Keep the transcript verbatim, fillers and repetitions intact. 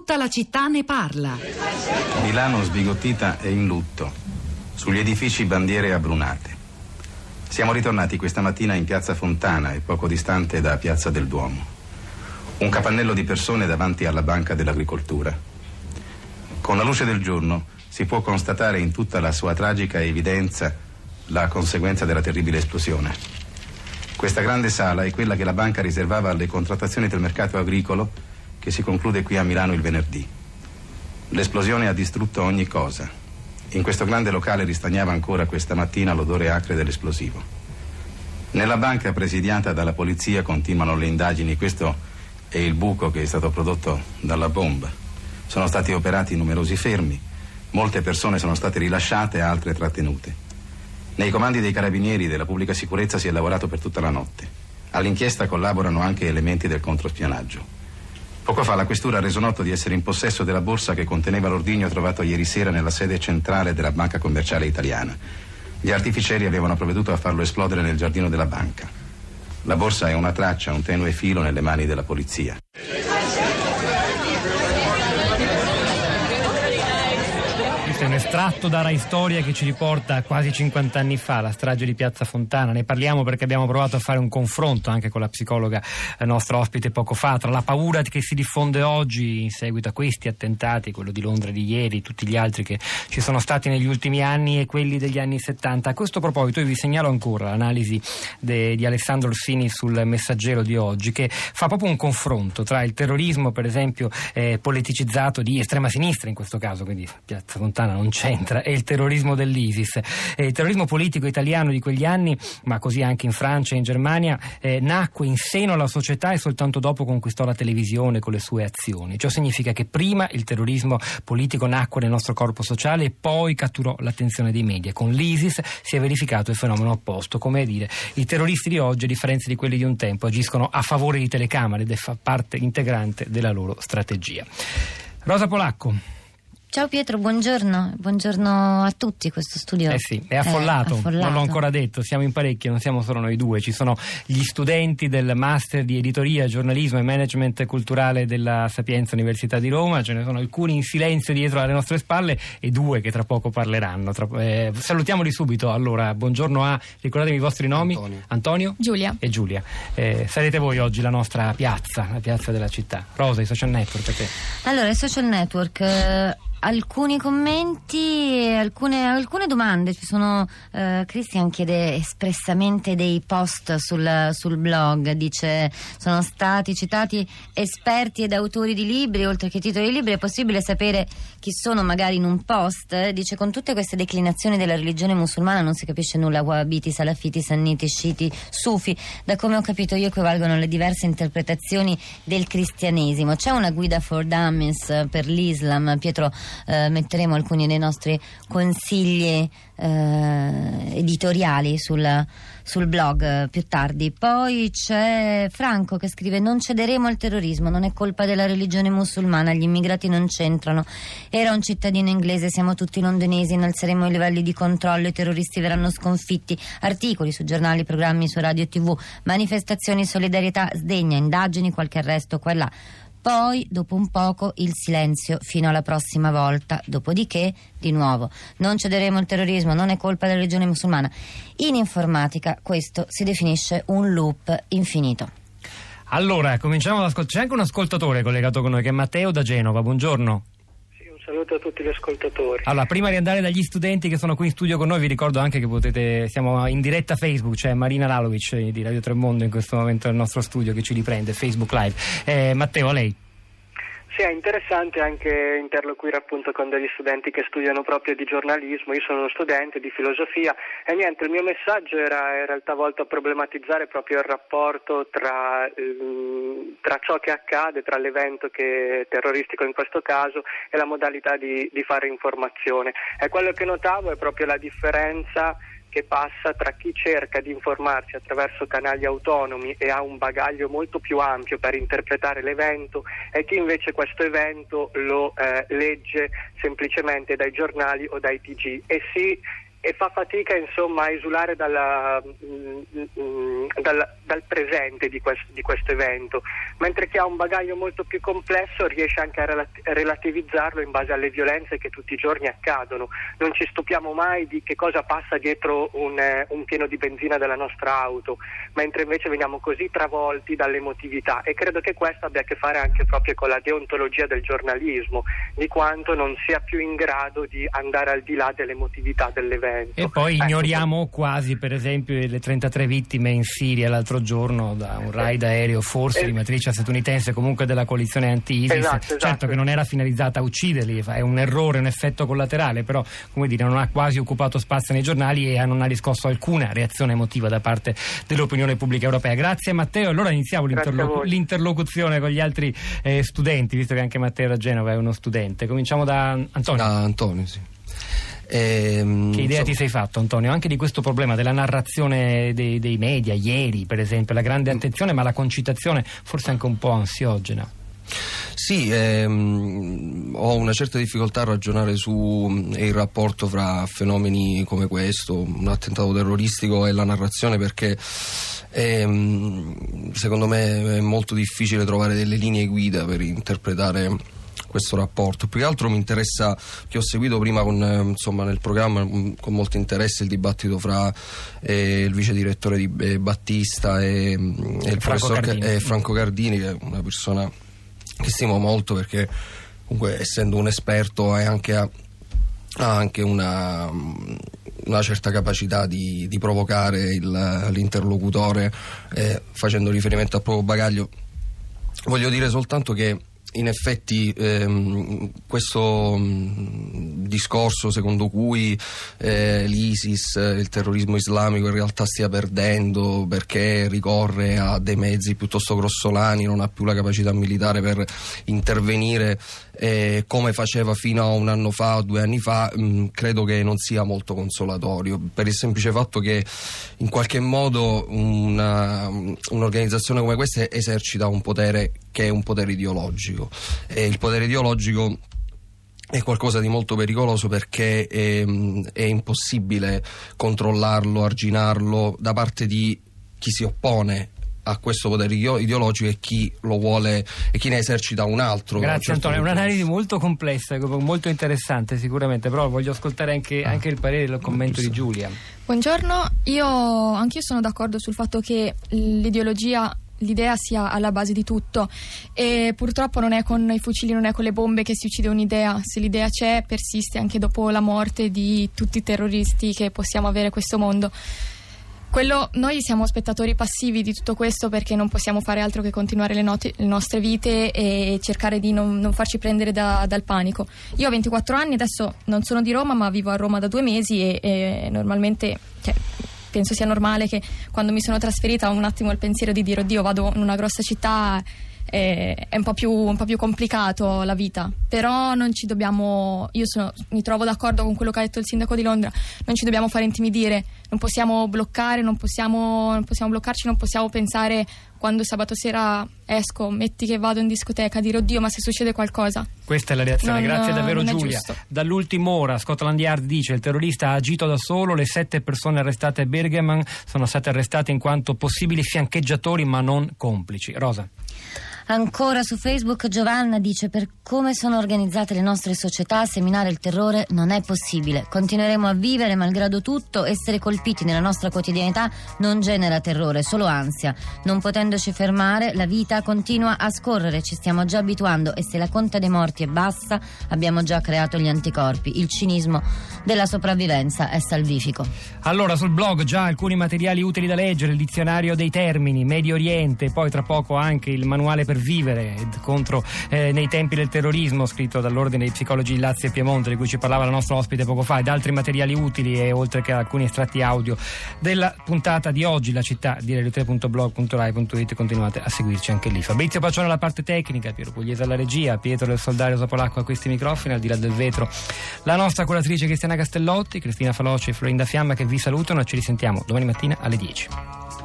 Tutta la città ne parla. Milano sbigottita e in lutto. Sugli edifici bandiere abbrunate. Siamo ritornati questa mattina in piazza Fontana e poco distante da piazza del Duomo. Un capannello di persone davanti alla Banca dell'Agricoltura. Con la luce del giorno si può constatare in tutta la sua tragica evidenza la conseguenza della terribile esplosione. Questa grande sala è quella che la banca riservava alle contrattazioni del mercato agricolo che si conclude qui a Milano il venerdì. L'esplosione ha distrutto ogni cosa. In questo grande locale ristagnava ancora questa mattina l'odore acre dell'esplosivo. Nella banca presidiata dalla polizia continuano le indagini. Questo è il buco che è stato prodotto dalla bomba. Sono stati operati numerosi fermi, molte persone sono state rilasciate e altre trattenute. Nei comandi dei carabinieri e della pubblica sicurezza si è lavorato per tutta la notte. All'inchiesta collaborano anche elementi del controspionaggio. Poco fa la questura ha reso noto di essere in possesso della borsa che conteneva l'ordigno trovato ieri sera nella sede centrale della Banca Commerciale Italiana. Gli artificieri avevano provveduto a farlo esplodere nel giardino della banca. La borsa è una traccia, un tenue filo nelle mani della polizia. Questo è un estratto da Rai Storia che ci riporta a quasi cinquanta anni fa, la strage di piazza Fontana. Ne parliamo perché abbiamo provato a fare un confronto anche con la psicologa eh, nostra ospite poco fa, tra la paura che si diffonde oggi in seguito a questi attentati, quello di Londra di ieri, tutti gli altri che ci sono stati negli ultimi anni e quelli degli anni settanta. A questo proposito io vi segnalo ancora l'analisi de, di Alessandro Orsini sul Messaggero di oggi, che fa proprio un confronto tra il terrorismo, per esempio, eh, politicizzato di estrema sinistra in questo caso, quindi piazza Fontana non c'entra, e il terrorismo dell'ISIS. E il terrorismo politico italiano di quegli anni, ma così anche in Francia e in Germania, eh, nacque in seno alla società e soltanto dopo conquistò la televisione con le sue azioni. Ciò significa che prima il terrorismo politico nacque nel nostro corpo sociale e poi catturò l'attenzione dei media. Con l'ISIS si è verificato il fenomeno opposto, come dire, i terroristi di oggi, a differenza di quelli di un tempo, agiscono a favore di telecamere ed è fa parte integrante della loro strategia. Rosa Polacco. Ciao Pietro, buongiorno, buongiorno a tutti. Questo studio eh sì, è affollato, è affollato, non l'ho ancora detto, siamo in parecchi, non siamo solo noi due, ci sono gli studenti del Master di Editoria, Giornalismo e Management Culturale della Sapienza Università di Roma, ce ne sono alcuni in silenzio dietro alle nostre spalle e due che tra poco parleranno. Tra, eh, salutiamoli subito, allora, buongiorno a, ricordatevi i vostri nomi. Antonio, Antonio? Giulia. E Giulia. Eh, sarete voi oggi la nostra piazza, la piazza della città. Rosa, i social network, perché? Allora, i social network... Eh... Alcuni commenti, alcune, alcune domande. Ci sono, eh, Christian chiede espressamente dei post sul, sul blog, dice sono stati citati esperti ed autori di libri, oltre che titoli di libri, è possibile sapere chi sono magari in un post? Dice con tutte queste declinazioni della religione musulmana non si capisce nulla, wahhabiti, salafiti, sanniti, sciiti, sufi, da come ho capito io equivalgono alle diverse interpretazioni del cristianesimo. C'è una guida for dummies per l'Islam, Pietro? Uh, metteremo alcuni dei nostri consigli uh, editoriali sul, sul blog uh, più tardi. Poi c'è Franco che scrive: non cederemo al terrorismo, non è colpa della religione musulmana, gli immigrati non c'entrano, era un cittadino inglese, siamo tutti londinesi, innalzeremo i livelli di controllo, i terroristi verranno sconfitti. Articoli su giornali, programmi su radio e tv, manifestazioni, solidarietà, sdegna, indagini, qualche arresto qua e là. Poi, dopo un poco, il silenzio fino alla prossima volta. Dopodiché, di nuovo, non cederemo al terrorismo, non è colpa della religione musulmana. In informatica questo si definisce un loop infinito. Allora, cominciamo ad ascoltare. C'è anche un ascoltatore collegato con noi, che è Matteo da Genova. Buongiorno. Saluto a tutti gli ascoltatori. Allora, prima di andare dagli studenti che sono qui in studio con noi, vi ricordo anche che potete, siamo in diretta Facebook, c'è Marina Lalovic di Radio Tremondo in questo momento nel nostro studio che ci riprende, Facebook Live. Eh, Matteo, a lei. Sì, è interessante anche interloquire appunto con degli studenti che studiano proprio di giornalismo. Io sono uno studente di filosofia e niente, il mio messaggio era in realtà volto a problematizzare proprio il rapporto tra, ehm, tra ciò che accade, tra l'evento che terroristico in questo caso e la modalità di, di fare informazione. E quello che notavo è proprio la differenza che passa tra chi cerca di informarsi attraverso canali autonomi e ha un bagaglio molto più ampio per interpretare l'evento e chi invece questo evento lo eh, legge semplicemente dai giornali o dai T G e si e fa fatica insomma a esulare dalla, dal, dal presente di questo, di questo evento, mentre chi ha un bagaglio molto più complesso riesce anche a relat- relativizzarlo in base alle violenze che tutti i giorni accadono. Non ci stupiamo mai di che cosa passa dietro un, eh, un pieno di benzina della nostra auto, mentre invece veniamo così travolti dall'emotività, e credo che questo abbia a che fare anche proprio con la deontologia del giornalismo, di quanto non sia più in grado di andare al di là dell'emotività dell'evento. E poi ecco, ignoriamo quasi, per esempio, le trentatré vittime in Siria l'altro giorno da un raid aereo forse eh, di matrice statunitense, comunque della coalizione anti-ISIS. Esatto, esatto. Certo che non era finalizzata a ucciderli, è un errore, un effetto collaterale, però come dire, non ha quasi occupato spazio nei giornali e non ha riscosso alcuna reazione emotiva da parte dell'opinione pubblica europea. Grazie Matteo. Allora iniziamo l'interlocu- l'interlocuzione con gli altri eh, studenti, visto che anche Matteo da Genova è uno studente. Cominciamo da Antonio. Da Antonio, sì. Ehm, che idea so... ti sei fatto, Antonio, anche di questo problema della narrazione dei, dei media ieri, per esempio, la grande attenzione ma la concitazione forse anche un po' ansiogena? Sì, ehm, ho una certa difficoltà a ragionare su eh, il rapporto fra fenomeni come questo, un attentato terroristico, e la narrazione, perché ehm, secondo me è molto difficile trovare delle linee guida per interpretare questo rapporto. Più che altro mi interessa, che ho seguito prima con, eh, insomma, nel programma mh, con molto interesse il dibattito fra eh, il vice direttore di eh, Battista e, mh, e il Franco professor Cardini. Ca- eh, Franco Cardini, che è una persona che stimo molto, perché comunque essendo un esperto è anche ha, ha anche una, una certa capacità di, di provocare il, l'interlocutore eh, facendo riferimento al proprio bagaglio. Voglio dire soltanto che in effetti ehm, questo mh, discorso secondo cui eh, l'ISIS, il terrorismo islamico in realtà stia perdendo perché ricorre a dei mezzi piuttosto grossolani, non ha più la capacità militare per intervenire eh, come faceva fino a un anno fa o due anni fa, mh, credo che non sia molto consolatorio, per il semplice fatto che in qualche modo una, un'organizzazione come questa esercita un potere che è un potere ideologico, e il potere ideologico è qualcosa di molto pericoloso perché è, è impossibile controllarlo, arginarlo da parte di chi si oppone a questo potere ideologico e chi lo vuole e chi ne esercita un altro. Grazie Antonio, è un'analisi molto complessa, molto interessante sicuramente, però voglio ascoltare anche, anche il parere e il commento di Giulia. Buongiorno, io anch'io sono d'accordo sul fatto che l'ideologia, l'idea sia alla base di tutto, e purtroppo non è con i fucili, non è con le bombe che si uccide un'idea. Se l'idea c'è, persiste anche dopo la morte di tutti i terroristi che possiamo avere in questo mondo. Quello, noi siamo spettatori passivi di tutto questo perché non possiamo fare altro che continuare le, noti, le nostre vite e cercare di non, non farci prendere da, dal panico. Io ho ventiquattro anni, adesso non sono di Roma ma vivo a Roma da due mesi e, e normalmente... Cioè, penso sia normale che quando mi sono trasferita ho un attimo il pensiero di dire oddio, vado in una grossa città, eh, è un po' più un po' più complicato la vita, però non ci dobbiamo, io sono, mi trovo d'accordo con quello che ha detto il sindaco di Londra, non ci dobbiamo fare intimidire, non possiamo bloccare, non possiamo, non possiamo bloccarci, non possiamo pensare quando sabato sera esco, metti che vado in discoteca, dire oddio ma se succede qualcosa. Questa è la reazione, non, grazie davvero Giulia. Dall'ultima ora Scotland Yard dice il terrorista ha agito da solo, le sette persone arrestate a Birmingham sono state arrestate in quanto possibili fiancheggiatori ma non complici. Rosa. Ancora su Facebook Giovanna dice: per come sono organizzate le nostre società, seminare il terrore non è possibile. Continueremo a vivere malgrado tutto, essere colpiti nella nostra quotidianità non genera terrore, solo ansia. Non potendoci fermare, la vita continua a scorrere, ci stiamo già abituando e se la conta dei morti è bassa abbiamo già creato gli anticorpi. Il cinismo della sopravvivenza è salvifico. Allora, sul blog già alcuni materiali utili da leggere, il dizionario dei termini, Medio Oriente, poi tra poco anche il manuale per vivere contro eh, nei tempi del terrorismo, scritto dall'Ordine dei Psicologi di Lazio e Piemonte, di cui ci parlava la nostra ospite poco fa, ed altri materiali utili, e oltre che alcuni estratti audio della puntata di oggi. La città di radio tre punto blog punto rai punto it, continuate a seguirci anche lì. Fabrizio Paccione alla parte tecnica, Piero Pugliese alla regia, Pietro del Soldario Sopolacco a questi microfoni, al di là del vetro la nostra curatrice Cristiana Castellotti, Cristina Faloci e Florinda Fiamma che vi salutano. Ci risentiamo domani mattina alle dieci.